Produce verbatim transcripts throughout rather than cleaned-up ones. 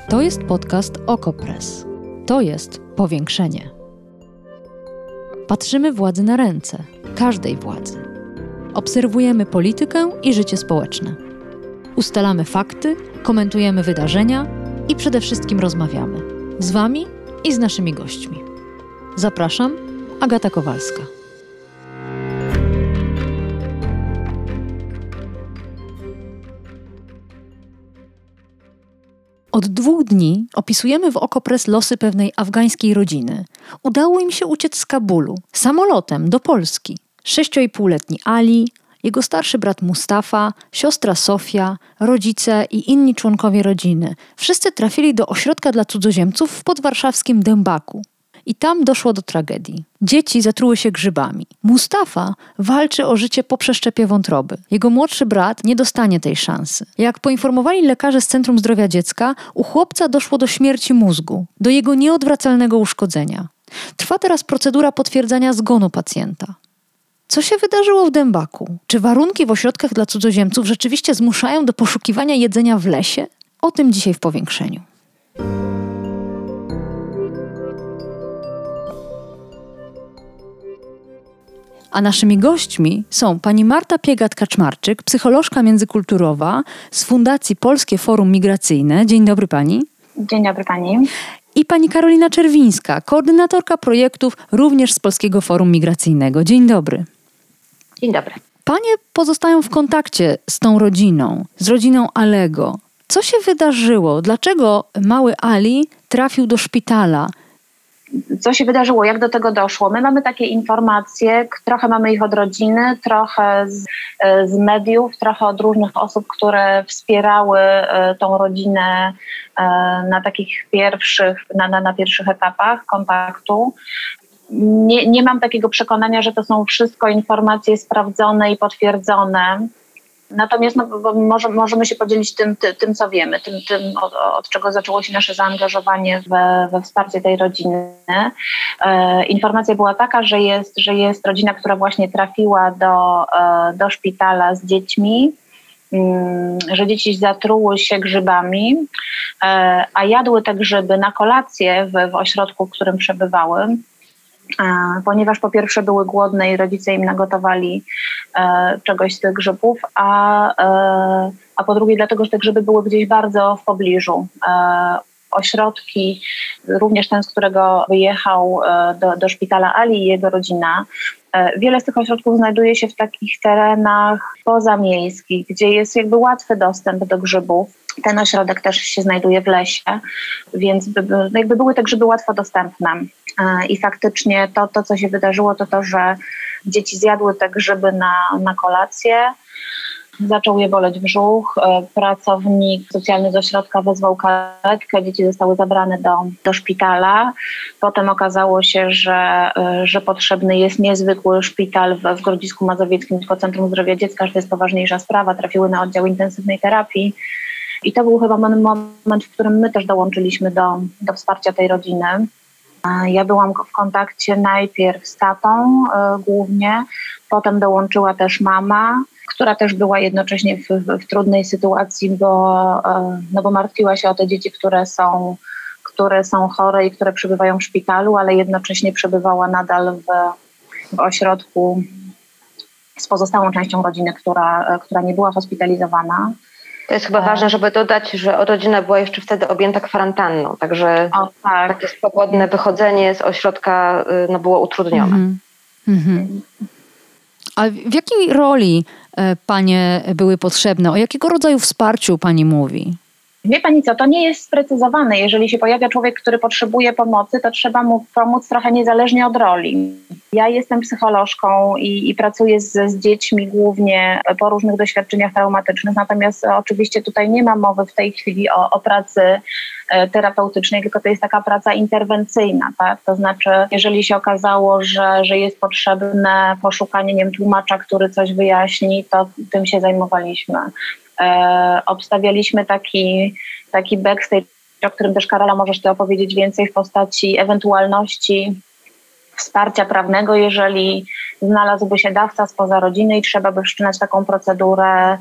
To jest podcast Okopres. To jest powiększenie. Patrzymy władzy na ręce, każdej władzy. Obserwujemy politykę i życie społeczne. Ustalamy fakty, komentujemy wydarzenia i przede wszystkim rozmawiamy. Z Wami i z naszymi gośćmi. Zapraszam, Agata Kowalska. Od dwóch dni opisujemy w Okopres losy pewnej afgańskiej rodziny. Udało im się uciec z Kabulu samolotem do Polski. Sześcioipółletni Ali, jego starszy brat Mustafa, siostra Sofia, rodzice i inni członkowie rodziny. Wszyscy trafili do ośrodka dla cudzoziemców w podwarszawskim Dębaku. I tam doszło do tragedii. Dzieci zatruły się grzybami. Mustafa walczy o życie po przeszczepie wątroby. Jego młodszy brat nie dostanie tej szansy. Jak poinformowali lekarze z Centrum Zdrowia Dziecka, u chłopca doszło do śmierci mózgu, do jego nieodwracalnego uszkodzenia. Trwa teraz procedura potwierdzania zgonu pacjenta. Co się wydarzyło w Dębaku? Czy warunki w ośrodkach dla cudzoziemców rzeczywiście zmuszają do poszukiwania jedzenia w lesie? O tym dzisiaj w powiększeniu. A naszymi gośćmi są pani Marta Piegat-Kaczmarczyk, psycholożka międzykulturowa z Fundacji Polskie Forum Migracyjne. Dzień dobry pani. Dzień dobry pani. I pani Karolina Czerwińska, koordynatorka projektów również z Polskiego Forum Migracyjnego. Dzień dobry. Dzień dobry. Panie pozostają w kontakcie z tą rodziną, z rodziną Alego. Co się wydarzyło? Dlaczego mały Ali trafił do szpitala? Co się wydarzyło? Jak do tego doszło? My mamy takie informacje, trochę mamy ich od rodziny, trochę z, z mediów, trochę od różnych osób, które wspierały tą rodzinę na takich pierwszych, na, na, na pierwszych etapach kontaktu. Nie, nie mam takiego przekonania, że to są wszystko informacje sprawdzone i potwierdzone. Natomiast no, może, możemy się podzielić tym, ty, tym co wiemy, tym, tym od, od czego zaczęło się nasze zaangażowanie we, we wsparcie tej rodziny. E, informacja była taka, że jest, że jest rodzina, która właśnie trafiła do, e, do szpitala z dziećmi, mm, że dzieci zatruły się grzybami, e, a jadły te grzyby na kolację w, w ośrodku, w którym przebywały. Ponieważ po pierwsze były głodne i rodzice im nagotowali e, czegoś z tych grzybów, a, e, a po drugie dlatego, że te grzyby były gdzieś bardzo w pobliżu. E, ośrodki, również ten, z którego wyjechał e, do, do szpitala Ali i jego rodzina, e, wiele z tych ośrodków znajduje się w takich terenach pozamiejskich, gdzie jest jakby łatwy dostęp do grzybów. Ten ośrodek też się znajduje w lesie, więc by, jakby były te grzyby łatwo dostępne. I faktycznie to, to, co się wydarzyło, to to, że dzieci zjadły te grzyby na, na kolację. Zaczął je boleć brzuch. Pracownik socjalny z ośrodka wezwał karetkę. Dzieci zostały zabrane do, do szpitala. Potem okazało się, że, że potrzebny jest niezwykły szpital w, w Grodzisku Mazowieckim, tylko Centrum Zdrowia Dziecka, że to jest poważniejsza sprawa. Trafiły na oddział intensywnej terapii. I to był chyba moment, w którym my też dołączyliśmy do, do wsparcia tej rodziny. Ja byłam w kontakcie najpierw z tatą y, głównie, potem dołączyła też mama, która też była jednocześnie w, w, w trudnej sytuacji, bo, y, no bo martwiła się o te dzieci, które są, które są chore i które przebywają w szpitalu, ale jednocześnie przebywała nadal w, w ośrodku z pozostałą częścią rodziny, która, która nie była hospitalizowana. To jest chyba ważne, żeby dodać, że rodzina była jeszcze wtedy objęta kwarantanną, także o, tak. takie swobodne wychodzenie z ośrodka no, było utrudnione. Mhm. Mhm. A w jakiej roli panie były potrzebne? O jakiego rodzaju wsparciu pani mówi? Wie pani co, to nie jest sprecyzowane. Jeżeli się pojawia człowiek, który potrzebuje pomocy, to trzeba mu pomóc trochę niezależnie od roli. Ja jestem psycholożką i, i pracuję z, z dziećmi głównie po różnych doświadczeniach traumatycznych, natomiast oczywiście tutaj nie ma mowy w tej chwili o, o pracy terapeutycznej, tylko to jest taka praca interwencyjna, tak? To znaczy, jeżeli się okazało, że, że jest potrzebne poszukanie, nie wiem, tłumacza, który coś wyjaśni, to tym się zajmowaliśmy. E, obstawialiśmy taki, taki backstage, o którym też Karola możesz ty opowiedzieć więcej, w postaci ewentualności wsparcia prawnego, jeżeli znalazłby się dawca spoza rodziny i trzeba by wszczynać taką procedurę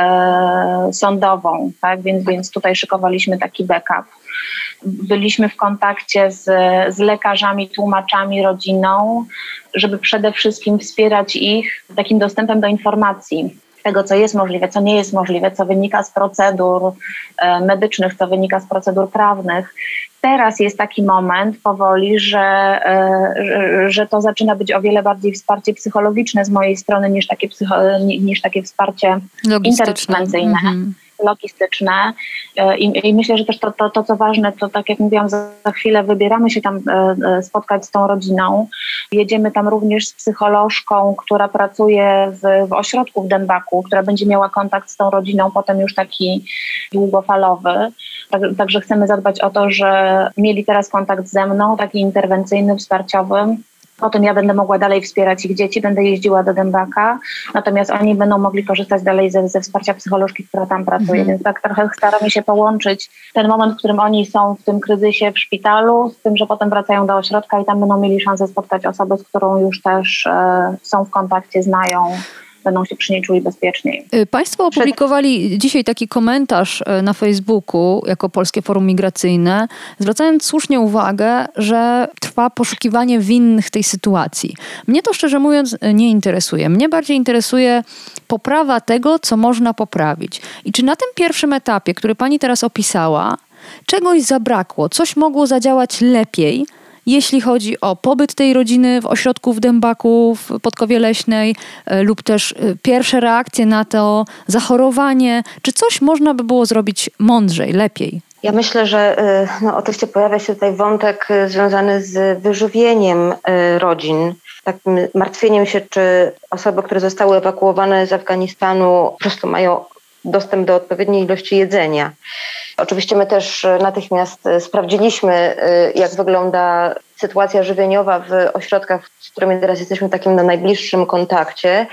e, sądową, tak? Więc, więc tutaj szykowaliśmy taki backup. Byliśmy w kontakcie z, z lekarzami, tłumaczami, rodziną, żeby przede wszystkim wspierać ich takim dostępem do informacji, tego, co jest możliwe, co nie jest możliwe, co wynika z procedur e, medycznych, co wynika z procedur prawnych. Teraz jest taki moment powoli, że, e, że, że to zaczyna być o wiele bardziej wsparcie psychologiczne z mojej strony niż takie, psycho, niż takie wsparcie interwencyjne. Mm-hmm. logistyczne I, i myślę, że też to, to, to, co ważne, to tak jak mówiłam, za, za chwilę wybieramy się tam e, spotkać z tą rodziną. Jedziemy tam również z psycholożką, która pracuje w, w ośrodku w Dębaku, która będzie miała kontakt z tą rodziną, potem już taki długofalowy. Tak, także chcemy zadbać o to, że mieli teraz kontakt ze mną, taki interwencyjny, wsparciowy. Potem ja będę mogła dalej wspierać ich dzieci, będę jeździła do Dębaka, natomiast oni będą mogli korzystać dalej ze, ze wsparcia psycholożki, która tam pracuje. Mhm. Więc tak trochę staramy się połączyć ten moment, w którym oni są w tym kryzysie w szpitalu, z tym, że potem wracają do ośrodka i tam będą mieli szansę spotkać osobę, z którą już też e, są w kontakcie, znają. Będą się przy niej czuli bezpieczniej. Państwo opublikowali dzisiaj taki komentarz na Facebooku jako Polskie Forum Migracyjne, zwracając słusznie uwagę, że trwa poszukiwanie winnych tej sytuacji. Mnie to szczerze mówiąc nie interesuje. Mnie bardziej interesuje poprawa tego, co można poprawić. I czy na tym pierwszym etapie, który pani teraz opisała, czegoś zabrakło, coś mogło zadziałać lepiej, jeśli chodzi o pobyt tej rodziny w ośrodku w Dębaku, w Podkowie Leśnej lub też pierwsze reakcje na to zachorowanie, czy coś można by było zrobić mądrzej, lepiej? Ja myślę, że no, oczywiście pojawia się tutaj wątek związany z wyżywieniem rodzin, takim martwieniem się, czy osoby, które zostały ewakuowane z Afganistanu, po prostu mają dostęp do odpowiedniej ilości jedzenia. Oczywiście my też natychmiast sprawdziliśmy, jak wygląda sytuacja żywieniowa w ośrodkach, z którymi teraz jesteśmy w takim no, najbliższym kontakcie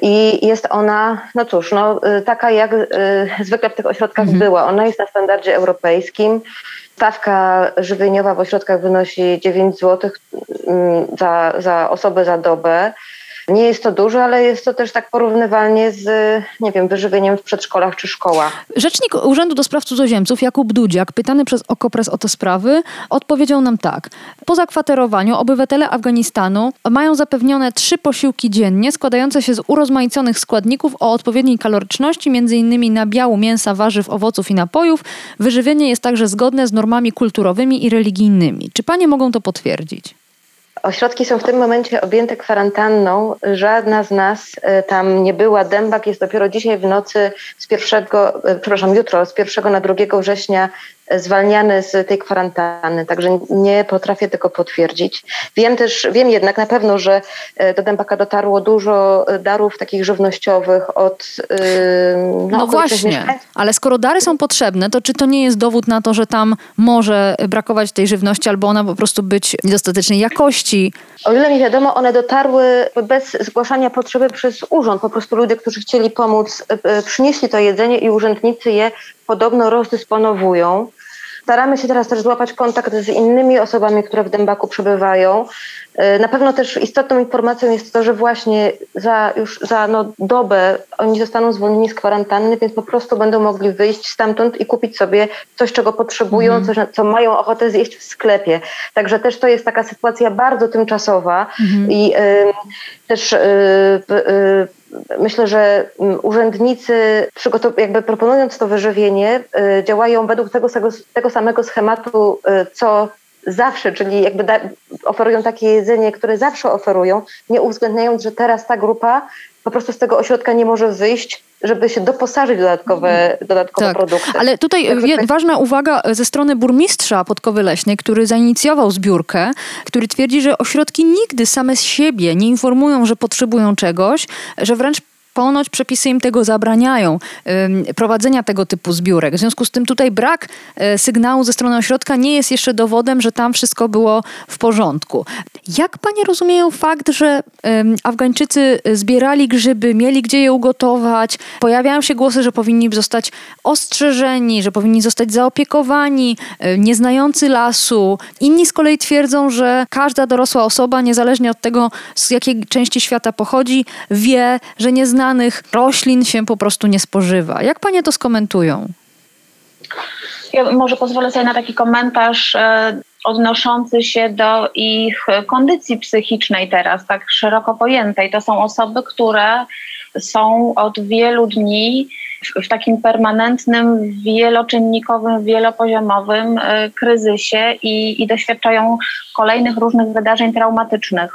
i jest ona, no cóż, no, taka jak zwykle w tych ośrodkach mhm. była. Ona jest na standardzie europejskim. Stawka żywieniowa w ośrodkach wynosi dziewięć złotych za, za osobę za dobę. Nie jest to dużo, ale jest to też tak porównywalnie z, nie wiem, wyżywieniem w przedszkolach czy szkołach. Rzecznik Urzędu do Spraw Cudzoziemców Jakub Dudziak, pytany przez Okopres o te sprawy, odpowiedział nam tak. Po zakwaterowaniu obywatele Afganistanu mają zapewnione trzy posiłki dziennie, składające się z urozmaiconych składników o odpowiedniej kaloryczności, między innymi nabiału mięsa, warzyw, owoców i napojów. Wyżywienie jest także zgodne z normami kulturowymi i religijnymi. Czy panie mogą to potwierdzić? Ośrodki są w tym momencie objęte kwarantanną. Żadna z nas tam nie była. Dębak jest dopiero dzisiaj w nocy z pierwszego, przepraszam, jutro z pierwszego na drugiego września zwalniany z tej kwarantanny, także nie potrafię tego potwierdzić. Wiem też, wiem jednak na pewno, że do Dębaka dotarło dużo darów takich żywnościowych od No, no właśnie, mieszkańców. Ale skoro dary są potrzebne, to czy to nie jest dowód na to, że tam może brakować tej żywności albo ona po prostu być niedostatecznej jakości? O ile mi wiadomo, one dotarły bez zgłaszania potrzeby przez urząd. Po prostu ludzie, którzy chcieli pomóc, przynieśli to jedzenie i urzędnicy je podobno rozdysponowują. Staramy się teraz też złapać kontakt z innymi osobami, które w Dębaku przebywają. Na pewno też istotną informacją jest to, że właśnie za już za no, dobę oni zostaną zwolnieni z kwarantanny, więc po prostu będą mogli wyjść stamtąd i kupić sobie coś, czego potrzebują, mm. coś, co mają ochotę zjeść w sklepie. Także też to jest taka sytuacja bardzo tymczasowa mm. i y, też y, y, myślę, że urzędnicy przygotow- jakby proponując to wyżywienie y, działają według tego, tego samego schematu, y, co zawsze, czyli jakby da- oferują takie jedzenie, które zawsze oferują, nie uwzględniając, że teraz ta grupa po prostu z tego ośrodka nie może wyjść, żeby się doposażyć w dodatkowe, dodatkowe tak. produkty. Ale tutaj Także je, ważna uwaga ze strony burmistrza Podkowy Leśnej, który zainicjował zbiórkę, który twierdzi, że ośrodki nigdy same z siebie nie informują, że potrzebują czegoś, że wręcz Ponoć przepisy im tego zabraniają, yy, prowadzenia tego typu zbiórek. W związku z tym tutaj brak yy, sygnału ze strony ośrodka nie jest jeszcze dowodem, że tam wszystko było w porządku. Jak panie rozumieją fakt, że yy, Afgańczycy zbierali grzyby, mieli gdzie je ugotować? Pojawiają się głosy, że powinni zostać ostrzeżeni, że powinni zostać zaopiekowani, yy, nieznający lasu. Inni z kolei twierdzą, że każda dorosła osoba, niezależnie od tego, z jakiej części świata pochodzi, wie, że nieznanych roślin się po prostu nie spożywa. Jak panie to skomentują? Ja może pozwolę sobie na taki komentarz e, odnoszący się do ich kondycji psychicznej teraz, tak szeroko pojętej. To są osoby, które są od wielu dni w, w takim permanentnym, wieloczynnikowym, wielopoziomowym e, kryzysie i, i doświadczają kolejnych różnych wydarzeń traumatycznych.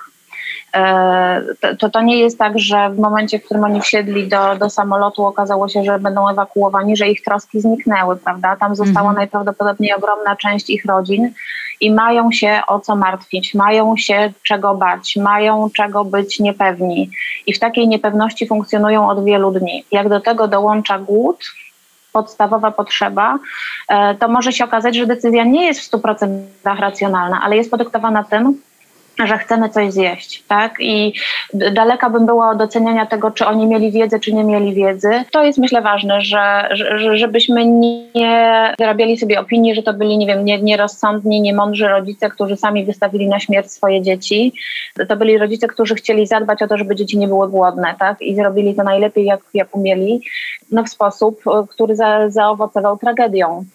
To, to nie jest tak, że w momencie, w którym oni wsiedli do, do samolotu, okazało się, że będą ewakuowani, że ich troski zniknęły, prawda? Tam została mhm. najprawdopodobniej ogromna część ich rodzin i mają się o co martwić, mają się czego bać, mają czego być niepewni i w takiej niepewności funkcjonują od wielu dni. Jak do tego dołącza głód, podstawowa potrzeba, to może się okazać, że decyzja nie jest w stu procentach racjonalna, ale jest podyktowana tym, że chcemy coś zjeść, tak? I daleka bym była od oceniania tego, czy oni mieli wiedzę, czy nie mieli wiedzy. To jest, myślę, ważne, że, że żebyśmy nie wyrabiali sobie opinii, że to byli, nie wiem, nie, nierozsądni, niemądrzy rodzice, którzy sami wystawili na śmierć swoje dzieci. To byli rodzice, którzy chcieli zadbać o to, żeby dzieci nie były głodne, tak? I zrobili to najlepiej, jak, jak umieli, no w sposób, który za, zaowocował tragedią.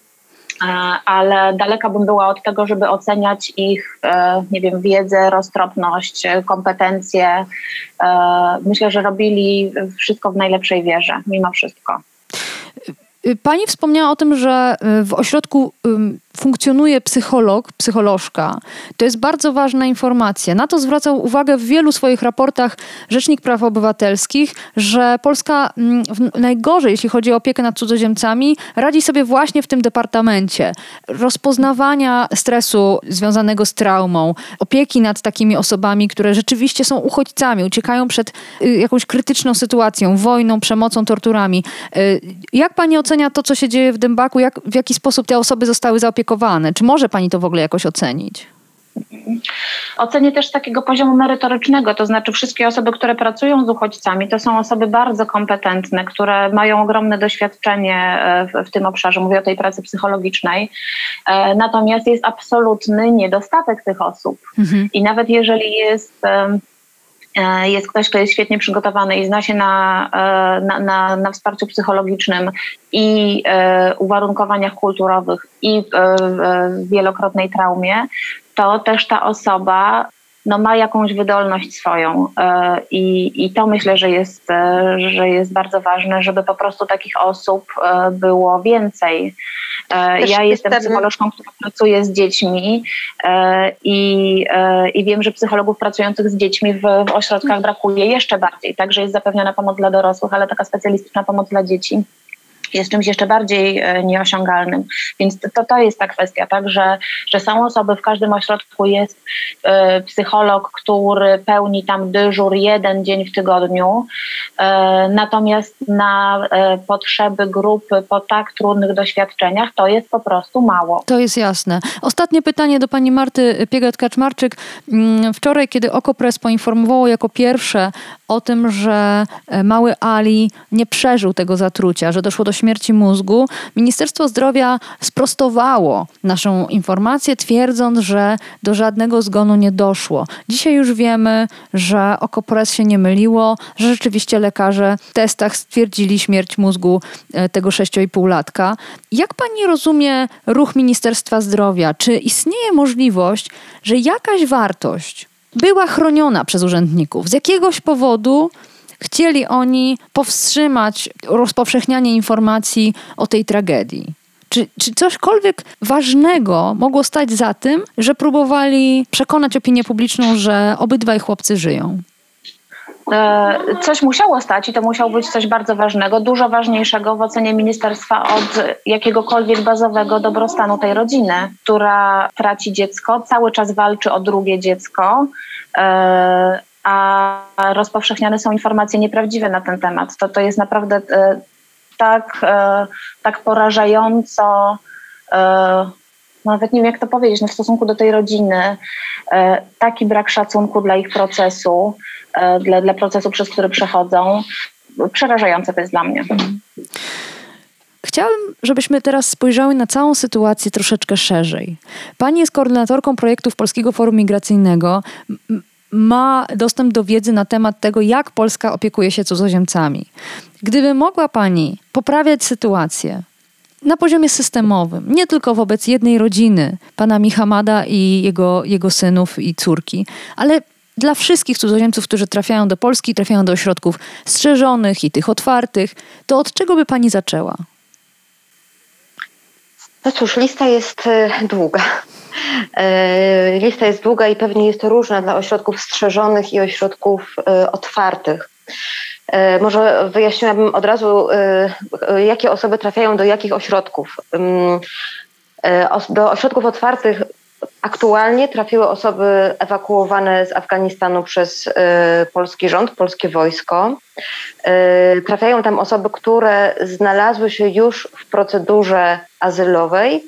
Ale daleka bym była od tego, żeby oceniać ich, nie wiem, wiedzę, roztropność, kompetencje. Myślę, że robili wszystko w najlepszej wierze, mimo wszystko. Pani wspomniała o tym, że w ośrodku funkcjonuje psycholog, psycholożka. To jest bardzo ważna informacja. Na to zwracał uwagę w wielu swoich raportach Rzecznik Praw Obywatelskich, że Polska najgorzej, jeśli chodzi o opiekę nad cudzoziemcami, radzi sobie właśnie w tym departamencie. Rozpoznawania stresu związanego z traumą, opieki nad takimi osobami, które rzeczywiście są uchodźcami, uciekają przed jakąś krytyczną sytuacją, wojną, przemocą, torturami. Jak pani ocenia to, co się dzieje w Dębaku? Jak, w jaki sposób te osoby zostały zaopiekowane? Czy może pani to w ogóle jakoś ocenić? Ocenię też z takiego poziomu merytorycznego, to znaczy wszystkie osoby, które pracują z uchodźcami, to są osoby bardzo kompetentne, które mają ogromne doświadczenie w, w tym obszarze, mówię o tej pracy psychologicznej, natomiast jest absolutny niedostatek tych osób. Mhm. I nawet jeżeli jest... jest ktoś, kto jest świetnie przygotowany i zna się na, na, na, na wsparciu psychologicznym i e, uwarunkowaniach kulturowych i w e, wielokrotnej traumie, to też ta osoba no, ma jakąś wydolność swoją e, i, i to myślę, że jest, e, że jest bardzo ważne, żeby po prostu takich osób e, było więcej. Też ja jestem psycholożką, która pracuje z dziećmi e, i, e, i wiem, że psychologów pracujących z dziećmi w, w ośrodkach brakuje jeszcze bardziej. Także jest zapewniona pomoc dla dorosłych, ale taka specjalistyczna pomoc dla dzieci jest czymś jeszcze bardziej e, nieosiągalnym. Więc to, to jest ta kwestia, tak, że, że są osoby, w każdym ośrodku jest e, psycholog, który pełni tam dyżur jeden dzień w tygodniu, e, natomiast na e, potrzeby grupy po tak trudnych doświadczeniach to jest po prostu mało. To jest jasne. Ostatnie pytanie do pani Marty Piegat-Kaczmarczyk. Wczoraj, kiedy Okopres poinformowało jako pierwsze o tym, że mały Ali nie przeżył tego zatrucia, że doszło do śmierci mózgu, Ministerstwo Zdrowia sprostowało naszą informację, twierdząc, że do żadnego zgonu nie doszło. Dzisiaj już wiemy, że Okopres się nie myliło, że rzeczywiście lekarze w testach stwierdzili śmierć mózgu tego sześcioipółlatka. Jak pani rozumie ruch Ministerstwa Zdrowia? Czy istnieje możliwość, że jakaś wartość była chroniona przez urzędników? Z jakiegoś powodu chcieli oni powstrzymać rozpowszechnianie informacji o tej tragedii? Czy, czy cośkolwiek ważnego mogło stać za tym, że próbowali przekonać opinię publiczną, że obydwaj chłopcy żyją? Coś musiało stać i to musiało być coś bardzo ważnego, dużo ważniejszego w ocenie ministerstwa od jakiegokolwiek bazowego dobrostanu tej rodziny, która traci dziecko, cały czas walczy o drugie dziecko a rozpowszechniane są informacje nieprawdziwe na ten temat. To, to jest naprawdę tak, tak porażająco, nawet nie wiem jak to powiedzieć, no w stosunku do tej rodziny, taki brak szacunku dla ich procesu, dla, dla procesu, przez który przechodzą. Przerażające to jest dla mnie. Chciałabym, żebyśmy teraz spojrzały na całą sytuację troszeczkę szerzej. Pani jest koordynatorką projektów Polskiego Forum Migracyjnego. Ma dostęp do wiedzy na temat tego, jak Polska opiekuje się cudzoziemcami. Gdyby mogła Pani poprawiać sytuację na poziomie systemowym, nie tylko wobec jednej rodziny, pana Mihamada i jego, jego synów i córki, ale dla wszystkich cudzoziemców, którzy trafiają do Polski, trafiają do ośrodków strzeżonych i tych otwartych, to od czego by Pani zaczęła? No cóż, lista jest długa. Lista jest długa i pewnie jest to różna dla ośrodków strzeżonych i ośrodków otwartych. Może wyjaśniłabym od razu, jakie osoby trafiają do jakich ośrodków. Do ośrodków otwartych aktualnie trafiły osoby ewakuowane z Afganistanu przez polski rząd, polskie wojsko. Trafiają tam osoby, które znalazły się już w procedurze azylowej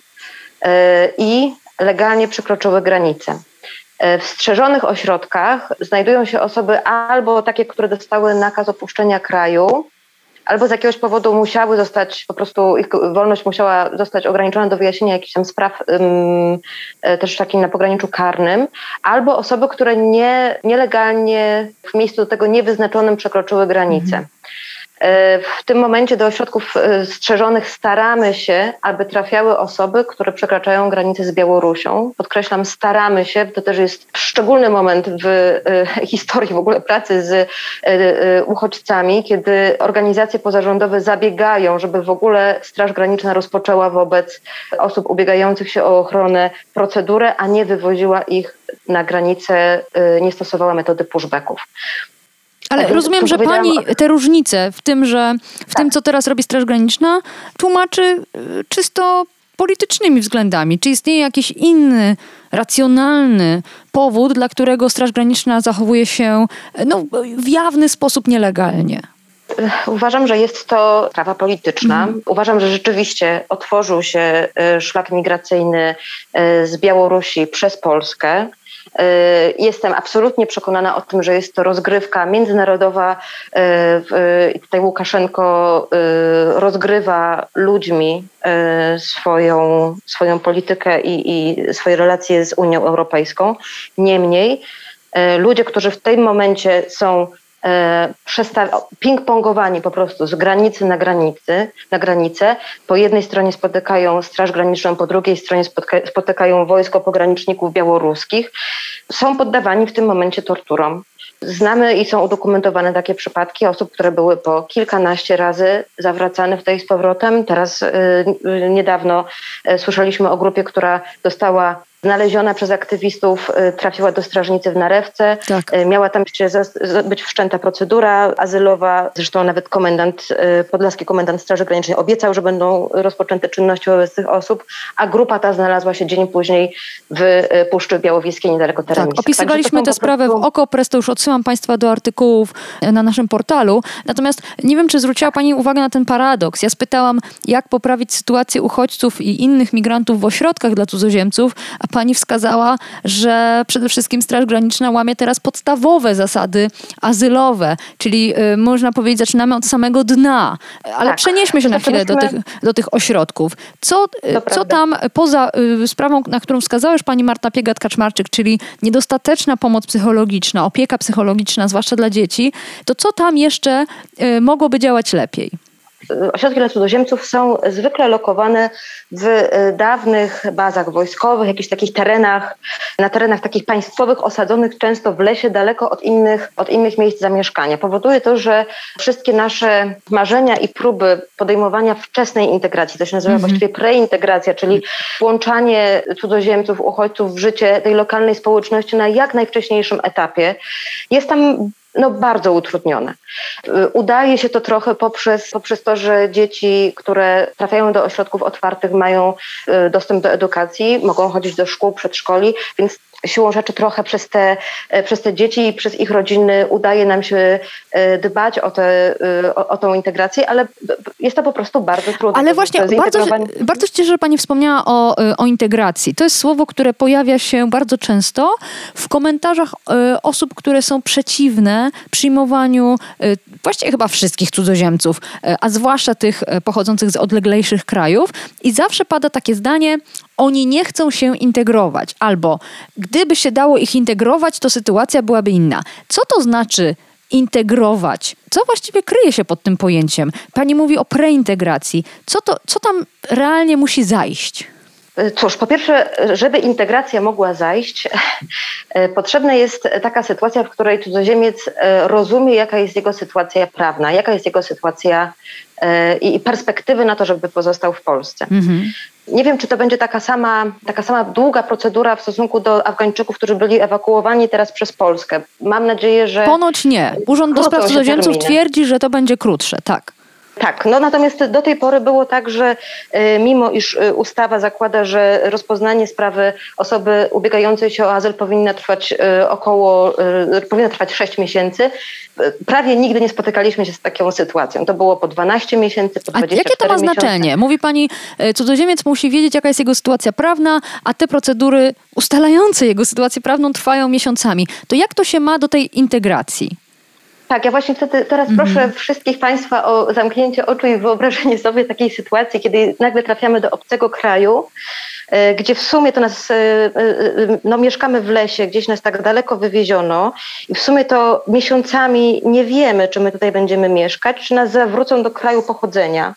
i legalnie przekroczyły granicę. W strzeżonych ośrodkach znajdują się osoby albo takie, które dostały nakaz opuszczenia kraju, albo z jakiegoś powodu musiały zostać, po prostu ich wolność musiała zostać ograniczona do wyjaśnienia jakichś tam spraw um, też takim na pograniczu karnym, albo osoby, które nie, nielegalnie w miejscu do tego niewyznaczonym przekroczyły granicę. Mhm. W tym momencie do ośrodków strzeżonych staramy się, aby trafiały osoby, które przekraczają granicę z Białorusią. Podkreślam, staramy się, to też jest szczególny moment w historii w ogóle pracy z uchodźcami, kiedy organizacje pozarządowe zabiegają, żeby w ogóle Straż Graniczna rozpoczęła wobec osób ubiegających się o ochronę procedurę, a nie wywoziła ich na granicę, nie stosowała metody pushbacków. Ale tak, rozumiem, że pani te różnice w tym, że w tak. tym, co teraz robi Straż Graniczna, tłumaczy czysto politycznymi względami. Czy istnieje jakiś inny, racjonalny powód, dla którego Straż Graniczna zachowuje się no, w jawny sposób nielegalnie? Uważam, że jest to sprawa polityczna. Mm. Uważam, że rzeczywiście otworzył się szlak migracyjny z Białorusi przez Polskę. Jestem absolutnie przekonana o tym, że jest to rozgrywka międzynarodowa i tutaj Łukaszenko rozgrywa ludźmi swoją, swoją politykę i, i swoje relacje z Unią Europejską. Niemniej ludzie, którzy w tym momencie są ping-pongowani po prostu z granicy na granicy, na granicę. Po jednej stronie spotykają Straż Graniczną, po drugiej stronie spotyka- spotykają wojsko pograniczników białoruskich. Są poddawani w tym momencie torturom. Znamy i są udokumentowane takie przypadki osób, które były po kilkanaście razy zawracane w tej z powrotem. Teraz yy, niedawno yy, słyszeliśmy o grupie, która została znaleziona przez aktywistów, trafiła do strażnicy w Narewce. Tak. Miała tam się być wszczęta procedura azylowa. Zresztą nawet komendant, podlaski komendant Straży Granicznej obiecał, że będą rozpoczęte czynności wobec tych osób, a grupa ta znalazła się dzień później w Puszczy Białowieskiej, niedaleko Terenicy. Tak, opisywaliśmy tę sprawę prostu... w OKO.press, to już odsyłam Państwa do artykułów na naszym portalu. Natomiast nie wiem, czy zwróciła Pani uwagę na ten paradoks. Ja spytałam, jak poprawić sytuację uchodźców i innych migrantów w ośrodkach dla cudzoziemców, a Pani wskazała, że przede wszystkim Straż Graniczna łamie teraz podstawowe zasady azylowe, czyli y, można powiedzieć, zaczynamy od samego dna. Ale tak. Przenieśmy się na chwilę do tych, do tych ośrodków. Co, co tam poza y, sprawą, na którą wskazała już pani Marta Piegat-Kaczmarczyk, czyli niedostateczna pomoc psychologiczna, opieka psychologiczna, zwłaszcza dla dzieci, to co tam jeszcze y, mogłoby działać lepiej? Ośrodki dla cudzoziemców są zwykle lokowane w dawnych bazach wojskowych, jakichś takich terenach, na terenach takich państwowych, osadzonych często w lesie, daleko od innych, od innych miejsc zamieszkania. Powoduje to, że wszystkie nasze marzenia i próby podejmowania wczesnej integracji, to się nazywa mm-hmm. właściwie preintegracja, czyli włączanie cudzoziemców, uchodźców w życie tej lokalnej społeczności na jak najwcześniejszym etapie, jest tam no bardzo utrudnione. Udaje się to trochę poprzez, poprzez to, że dzieci, które trafiają do ośrodków otwartych, mają dostęp do edukacji, mogą chodzić do szkół, przedszkoli, więc siłą rzeczy trochę przez te, przez te dzieci i przez ich rodziny udaje nam się dbać o, te, o, o tą integrację, ale jest to po prostu bardzo trudne. Ale właśnie bardzo, bardzo się cieszę, że pani wspomniała o, o integracji. To jest słowo, które pojawia się bardzo często w komentarzach osób, które są przeciwne przyjmowaniu właściwie chyba wszystkich cudzoziemców, a zwłaszcza tych pochodzących z odleglejszych krajów. I zawsze pada takie zdanie: oni nie chcą się integrować, albo gdyby się dało ich integrować, to sytuacja byłaby inna. Co to znaczy integrować? Co właściwie kryje się pod tym pojęciem? Pani mówi o preintegracji. Co to, co tam realnie musi zajść? Cóż, po pierwsze, żeby integracja mogła zajść, potrzebna jest taka sytuacja, w której cudzoziemiec rozumie, jaka jest jego sytuacja prawna, jaka jest jego sytuacja i perspektywy na to, żeby pozostał w Polsce. Mhm. Nie wiem, czy to będzie taka sama, taka sama długa procedura w stosunku do Afgańczyków, którzy byli ewakuowani teraz przez Polskę. Mam nadzieję, że... Ponoć nie. Urząd do Spraw Cudzoziemców twierdzi, że to będzie krótsze, tak. Tak, no natomiast do tej pory było tak, że y, mimo iż y, ustawa zakłada, że rozpoznanie sprawy osoby ubiegającej się o azyl powinna trwać y, około, y, powinna trwać sześć miesięcy, y, prawie nigdy nie spotykaliśmy się z taką sytuacją. To było po dwanaście miesięcy, po dwadzieścia cztery miesiące. A jakie to ma znaczenie? Mówi pani, cudzoziemiec musi wiedzieć, jaka jest jego sytuacja prawna, a te procedury ustalające jego sytuację prawną trwają miesiącami. To jak to się ma do tej integracji? Tak, ja właśnie wtedy, teraz mm. proszę wszystkich Państwa o zamknięcie oczu i wyobrażenie sobie takiej sytuacji, kiedy nagle trafiamy do obcego kraju, y, gdzie w sumie to nas, y, y, no mieszkamy w lesie, gdzieś nas tak daleko wywieziono i w sumie to miesiącami nie wiemy, czy my tutaj będziemy mieszkać, czy nas zawrócą do kraju pochodzenia.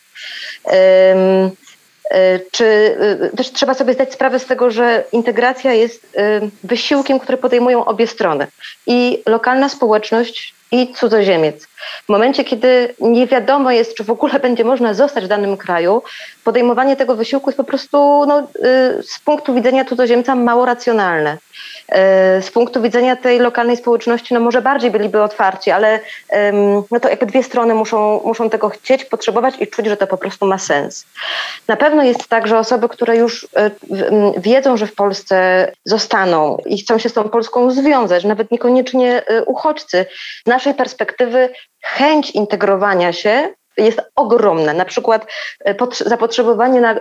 Y, Czy też trzeba sobie zdać sprawę z tego, że integracja jest wysiłkiem, który podejmują obie strony. I lokalna społeczność, i cudzoziemiec. W momencie, kiedy nie wiadomo jest, czy w ogóle będzie można zostać w danym kraju, podejmowanie tego wysiłku jest po prostu no, z punktu widzenia cudzoziemca mało racjonalne. Z punktu widzenia tej lokalnej społeczności, no może bardziej byliby otwarci, ale no to jakby dwie strony muszą, muszą tego chcieć, potrzebować i czuć, że to po prostu ma sens. Na pewno jest tak, że osoby, które już wiedzą, że w Polsce zostaną i chcą się z tą Polską związać, nawet niekoniecznie uchodźcy, z naszej perspektywy chęć integrowania się jest ogromne. Na przykład zapotrzebowanie na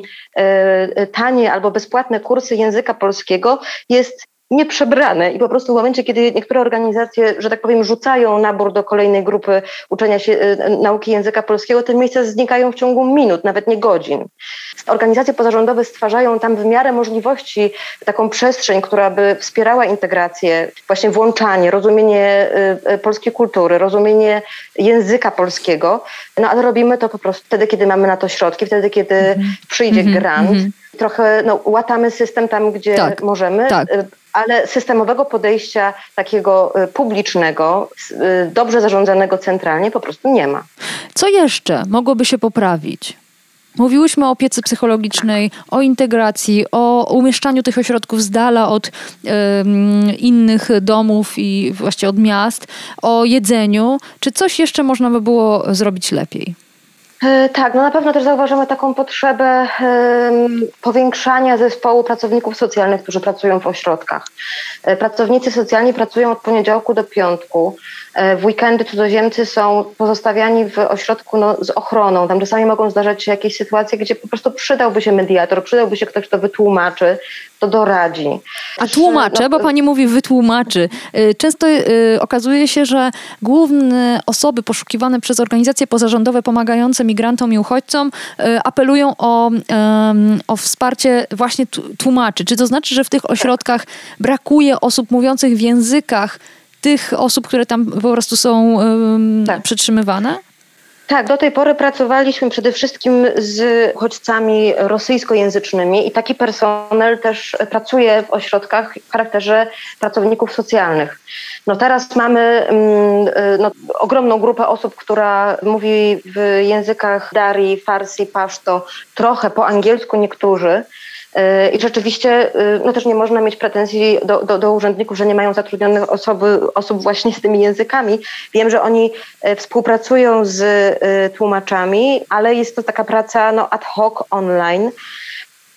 tanie albo bezpłatne kursy języka polskiego jest nieprzebrane i po prostu w momencie, kiedy niektóre organizacje, że tak powiem, rzucają nabór do kolejnej grupy uczenia się nauki języka polskiego, te miejsca znikają w ciągu minut, nawet nie godzin. Organizacje pozarządowe stwarzają tam w miarę możliwości taką przestrzeń, która by wspierała integrację, właśnie włączanie, rozumienie polskiej kultury, rozumienie języka polskiego, no ale robimy to po prostu wtedy, kiedy mamy na to środki, wtedy, kiedy mm-hmm. przyjdzie mm-hmm. grant. Mm-hmm. Trochę no, łatamy system tam, gdzie tak, możemy, tak. ale systemowego podejścia takiego publicznego, dobrze zarządzanego centralnie po prostu nie ma. Co jeszcze mogłoby się poprawić? Mówiłyśmy o opiece psychologicznej, o integracji, o umieszczaniu tych ośrodków z dala od y, innych domów i właściwie od miast, o jedzeniu. Czy coś jeszcze można by było zrobić lepiej? Tak, no na pewno też zauważymy taką potrzebę um, powiększania zespołu pracowników socjalnych, którzy pracują w ośrodkach. Pracownicy socjalni pracują od poniedziałku do piątku. W weekendy cudzoziemcy są pozostawiani w ośrodku no, z ochroną. Tam czasami mogą zdarzać się jakieś sytuacje, gdzie po prostu przydałby się mediator, przydałby się ktoś, kto wytłumaczy, kto doradzi. A tłumacze, no, bo pani mówi wytłumaczy. Często y, okazuje się, że główne osoby poszukiwane przez organizacje pozarządowe pomagające migrantom i uchodźcom y, apelują o, y, o wsparcie właśnie tłumaczy. Czy to znaczy, że w tych ośrodkach brakuje osób mówiących w językach tych osób, które tam po prostu są um, tak. przetrzymywane? Tak, do tej pory pracowaliśmy przede wszystkim z uchodźcami rosyjskojęzycznymi i taki personel też pracuje w ośrodkach w charakterze pracowników socjalnych. No teraz mamy no, ogromną grupę osób, która mówi w językach Dari, Farsi, Paszto, trochę po angielsku niektórzy. I rzeczywiście no też nie można mieć pretensji do, do, do urzędników, że nie mają zatrudnionych osoby, osób właśnie z tymi językami. Wiem, że oni współpracują z tłumaczami, ale jest to taka praca no, ad hoc online.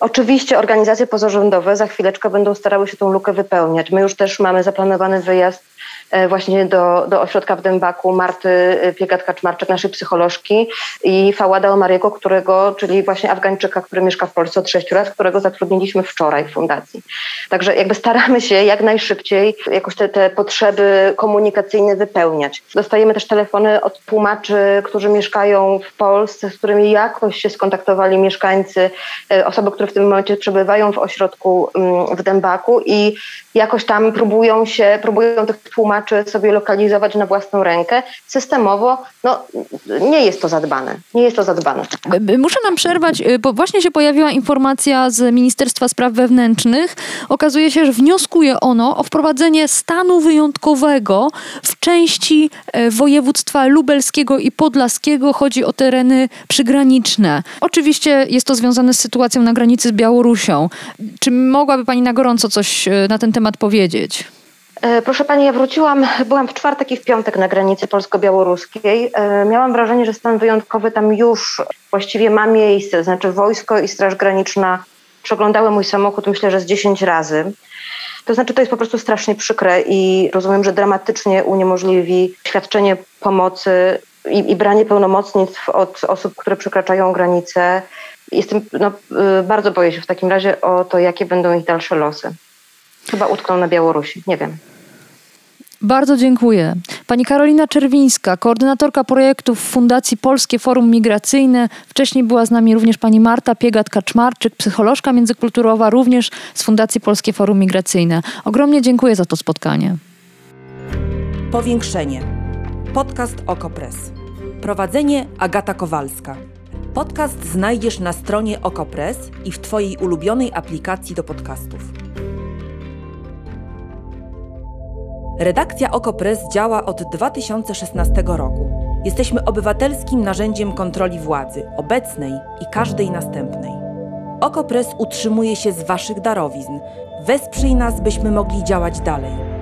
Oczywiście organizacje pozarządowe za chwileczkę będą starały się tą lukę wypełniać. My już też mamy zaplanowany wyjazd właśnie do, do ośrodka w Dębaku Marty Piegat-Kaczmarczyk, naszej psycholożki, i Fawada Omariego, którego, czyli właśnie Afgańczyka, który mieszka w Polsce od sześciu lat, którego zatrudniliśmy wczoraj w fundacji. Także jakby staramy się jak najszybciej jakoś te, te potrzeby komunikacyjne wypełniać. Dostajemy też telefony od tłumaczy, którzy mieszkają w Polsce, z którymi jakoś się skontaktowali mieszkańcy, osoby, które w tym momencie przebywają w ośrodku w Dębaku i jakoś tam próbują się, próbują tych tłumaczy sobie lokalizować na własną rękę. Systemowo, no nie jest to zadbane. Nie jest to zadbane. Muszę nam przerwać, bo właśnie się pojawiła informacja z Ministerstwa Spraw Wewnętrznych. Okazuje się, że wnioskuje ono o wprowadzenie stanu wyjątkowego w części województwa lubelskiego i podlaskiego. Chodzi o tereny przygraniczne. Oczywiście jest to związane z sytuacją na granicy z Białorusią. Czy mogłaby Pani na gorąco coś na ten temat powiedzieć? Proszę Pani, ja wróciłam, byłam w czwartek i w piątek na granicy polsko-białoruskiej. Miałam wrażenie, że stan wyjątkowy tam już właściwie ma miejsce. Znaczy wojsko i Straż Graniczna przeglądały mój samochód, myślę, że z dziesięć razy. To znaczy to jest po prostu strasznie przykre i rozumiem, że dramatycznie uniemożliwi świadczenie pomocy i, i branie pełnomocnictw od osób, które przekraczają granicę. Jestem, no, bardzo boję się w takim razie o to, jakie będą ich dalsze losy. Chyba utkną na Białorusi, nie wiem. Bardzo dziękuję. Pani Karolina Czerwińska, koordynatorka projektów Fundacji Polskie Forum Migracyjne. Wcześniej była z nami również pani Marta Piegat-Kaczmarczyk, psycholożka międzykulturowa, również z Fundacji Polskie Forum Migracyjne. Ogromnie dziękuję za to spotkanie. Powiększenie. Podcast Okopres. Prowadzenie Agata Kowalska. Podcast znajdziesz na stronie Okopres i w Twojej ulubionej aplikacji do podcastów. Redakcja Okopres działa od dwa tysiące szesnastego roku. Jesteśmy obywatelskim narzędziem kontroli władzy, obecnej i każdej następnej. Okopres utrzymuje się z Waszych darowizn. Wesprzyj nas, byśmy mogli działać dalej.